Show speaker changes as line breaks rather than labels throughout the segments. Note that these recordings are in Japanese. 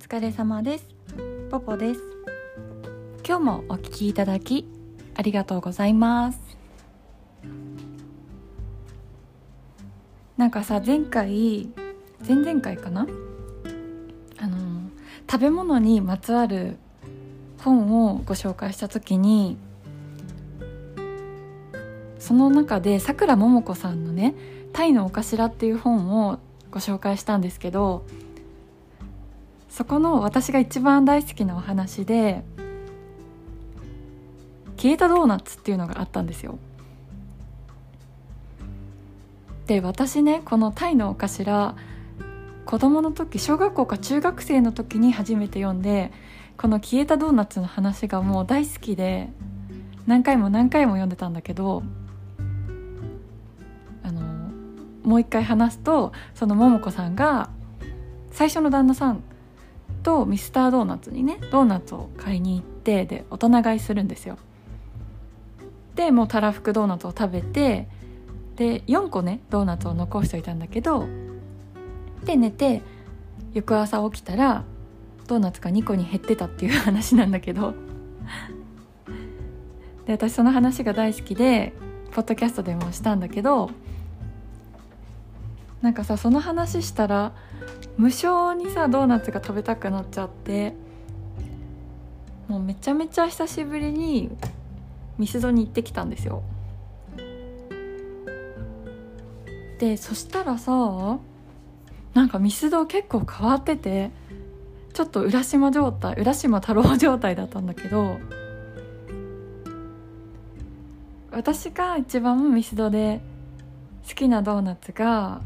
疲れ様です。ポポです。今日もお聞きいただきありがとうございます。なんかさ、前々回かな、食べ物にまつわる本をご紹介した時に、その中でさくらももこさんのね、タイのおかしらっていう本をご紹介したんですけど、そこの私が一番大好きなお話で、消えたドーナツっていうのがあったんですよ。で、私ね、このタイのおかしら、子供の時、小学校か中学生の時に初めて読んで、この消えたドーナツの話がもう大好きで、何回も読んでたんだけど、もう一回話すと、そのももこさんが最初の旦那さんとミスタードーナツにね、ドーナツを買いに行って、で大人買いするんですよ。でもうたらふくドーナツを食べて、で4個ねドーナツを残しておいたんだけど、で寝て翌朝起きたらドーナツが2個に減ってたっていう話なんだけどで、私その話が大好きでポッドキャストでもしたんだけど、なんかさ、その話したら無性にさドーナツが食べたくなっちゃって、もうめちゃめちゃ久しぶりにミスドに行ってきたんですよ。でそしたらさ、なんかミスド結構変わってて、ちょっと浦島太郎状態だったんだけど、私が一番ミスドで好きなドーナツが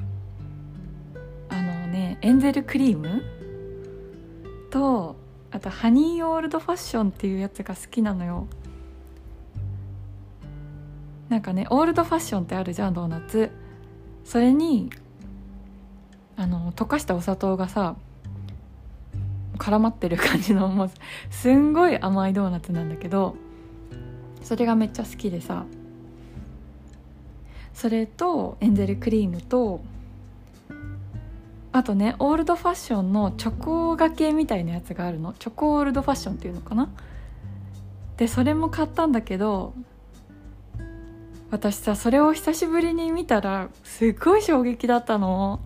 エンゼルクリームと、あとハニーオールドファッションっていうやつが好きなのよ。なんかね、オールドファッションってあるじゃん、ドーナツ。それに溶かしたお砂糖がさ絡まってる感じの、もうすんごい甘いドーナツなんだけど、それがめっちゃ好きでさ、それとエンゼルクリームと、あとね、オールドファッションのチョコがけみたいなやつがあるの。チョコオールドファッションっていうのかな。でそれも買ったんだけど、私さ、それを久しぶりに見たらすっごい衝撃だったの。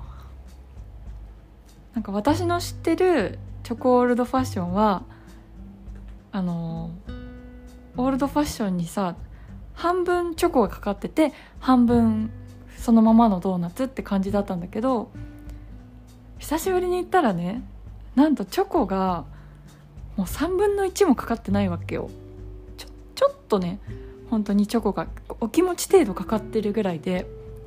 なんか私の知ってるチョコオールドファッションはオールドファッションにさ、半分チョコがかかってて半分そのままのドーナツって感じだったんだけど、久しぶりに行ったらね、なんとチョコがもう3分の1もかかってないわけよ。ちょっとね、本当にチョコがお気持ち程度かかってるぐらいで、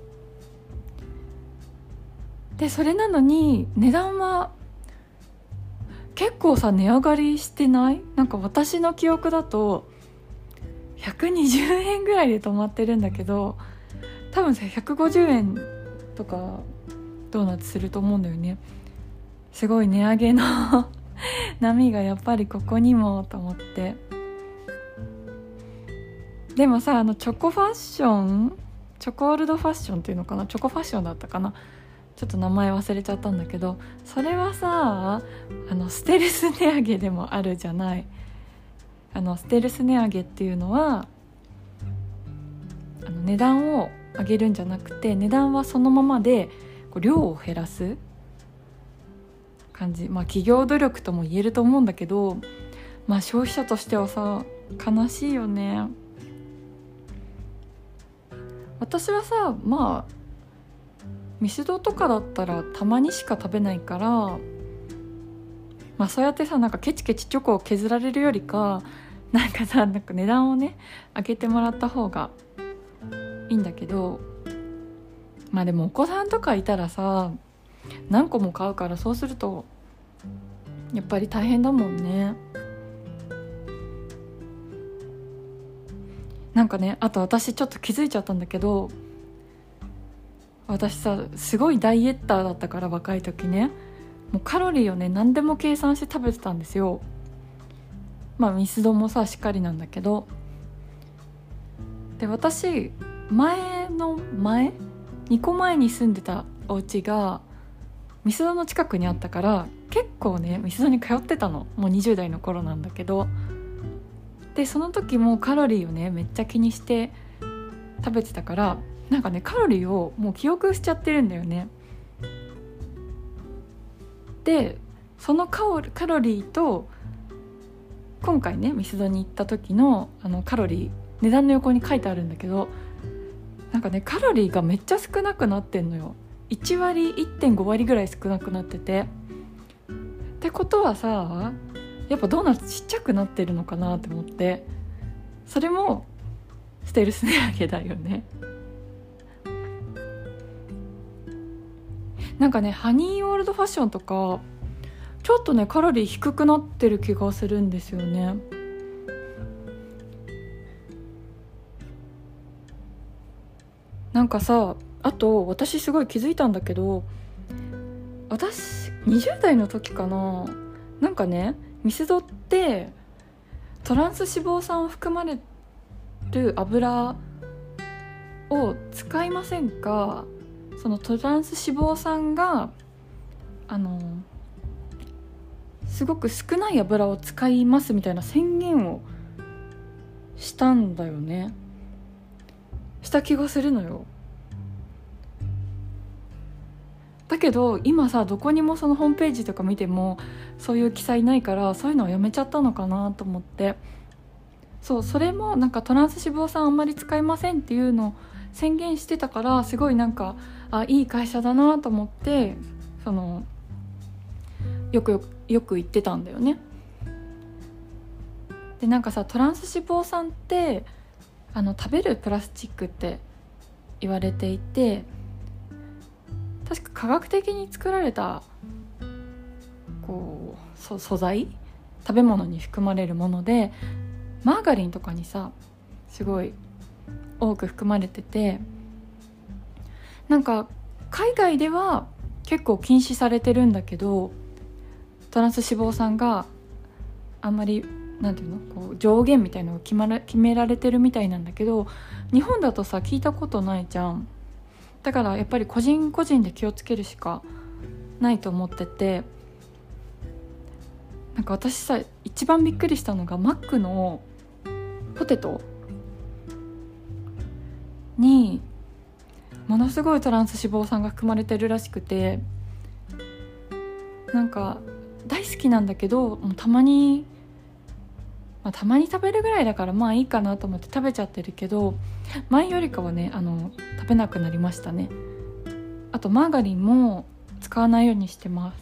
それなのに値段は結構さ値上がりしてない？なんか私の記憶だと120円ぐらいで止まってるんだけど、多分さ150円とかドーナツすると思うんだよね。すごい値上げの波がやっぱりここにもと思って。でもさ、チョコファッション、チョコオールドファッションっていうのかな、チョコファッションだったかな、ちょっと名前忘れちゃったんだけど、それはさステルス値上げでもあるじゃない。ステルス値上げっていうのは値段を上げるんじゃなくて、値段はそのままで量を減らす感じ。企業努力とも言えると思うんだけど、消費者としてはさ悲しいよね。私はさ、ミスドとかだったらたまにしか食べないから、そうやってさ、なんかケチケチチョコを削られるよりか、なんか値段をね上げてもらった方がいいんだけど、でもお子さんとかいたらさ何個も買うから、そうするとやっぱり大変だもんね。なんかね、あと私ちょっと気づいちゃったんだけど、私さすごいダイエッターだったから、若い時ね、もうカロリーをね何でも計算して食べてたんですよ。ミスドもさしっかりなんだけど、で私2個前に住んでたお家がミスドの近くにあったから、 結構ねミスドに通ってたの。もう20代の頃なんだけど、でその時もカロリーをねめっちゃ気にして食べてたから、なんかねカロリーをもう記憶しちゃってるんだよね。でそのカロリーと今回ねミスドに行った時のカロリー、値段の横に書いてあるんだけど、なんかねカロリーがめっちゃ少なくなってんのよ。1割 1.5 割ぐらい少なくなってて、ってことはさ、やっぱドーナツちっちゃくなってるのかなって思って、それもステルス値上げだよね。なんかねハニーオールドファッションとかちょっとねカロリー低くなってる気がするんですよね。なんかさ、あと私すごい気づいたんだけど、私20代の時かな、なんかねミスドってトランス脂肪酸を含まれる油を使いませんか、そのトランス脂肪酸がすごく少ない油を使いますみたいな宣言をしたんだよね。した気がするのよ。だけど今さどこにもそのホームページとか見てもそういう記載ないから、そういうのはやめちゃったのかなと思って、そう、それもなんかトランス脂肪酸あんまり使いませんっていうのを宣言してたから、すごいなんかいい会社だなと思って、そのよく言ってたんだよね。でなんかさトランス脂肪酸って食べるプラスチックって言われていて、確か科学的に作られたこう素材、食べ物に含まれるもので、マーガリンとかにさすごい多く含まれてて、なんか海外では結構禁止されてるんだけど、トランス脂肪酸があんまりなんていうの、こう上限みたいなのが決められてるみたいなんだけど、日本だとさ聞いたことないじゃん。だからやっぱり個人個人で気をつけるしかないと思ってて、なんか私さ一番びっくりしたのがマックのポテトにものすごいトランス脂肪酸が含まれてるらしくて、なんか大好きなんだけど、もうたまに食べるぐらいだからまあいいかなと思って食べちゃってるけど、前よりかはね食べなくなりましたね。あとマーガリンも使わないようにしてます。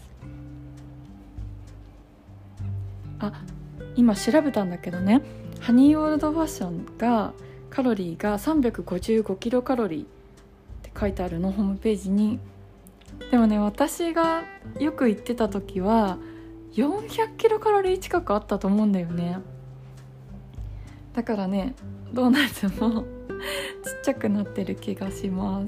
今調べたんだけどね、ハニーオールドファッションがカロリーが355キロカロリーって書いてあるの、ホームページに。でもね私がよく行ってた時は400キロカロリー近くあったと思うんだよね。だからねドーナツもちっちゃくなってる気がします。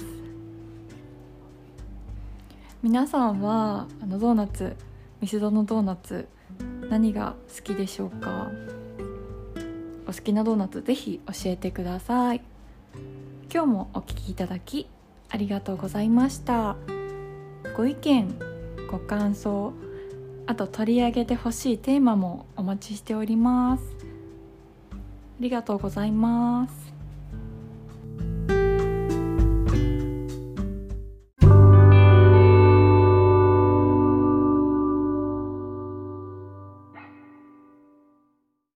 皆さんはドーナツ、ミスドのドーナツ何が好きでしょうか。お好きなドーナツぜひ教えてください。今日もお聞きいただきありがとうございました。ご意見ご感想、あと取り上げてほしいテーマもお待ちしております。ありがとうございます。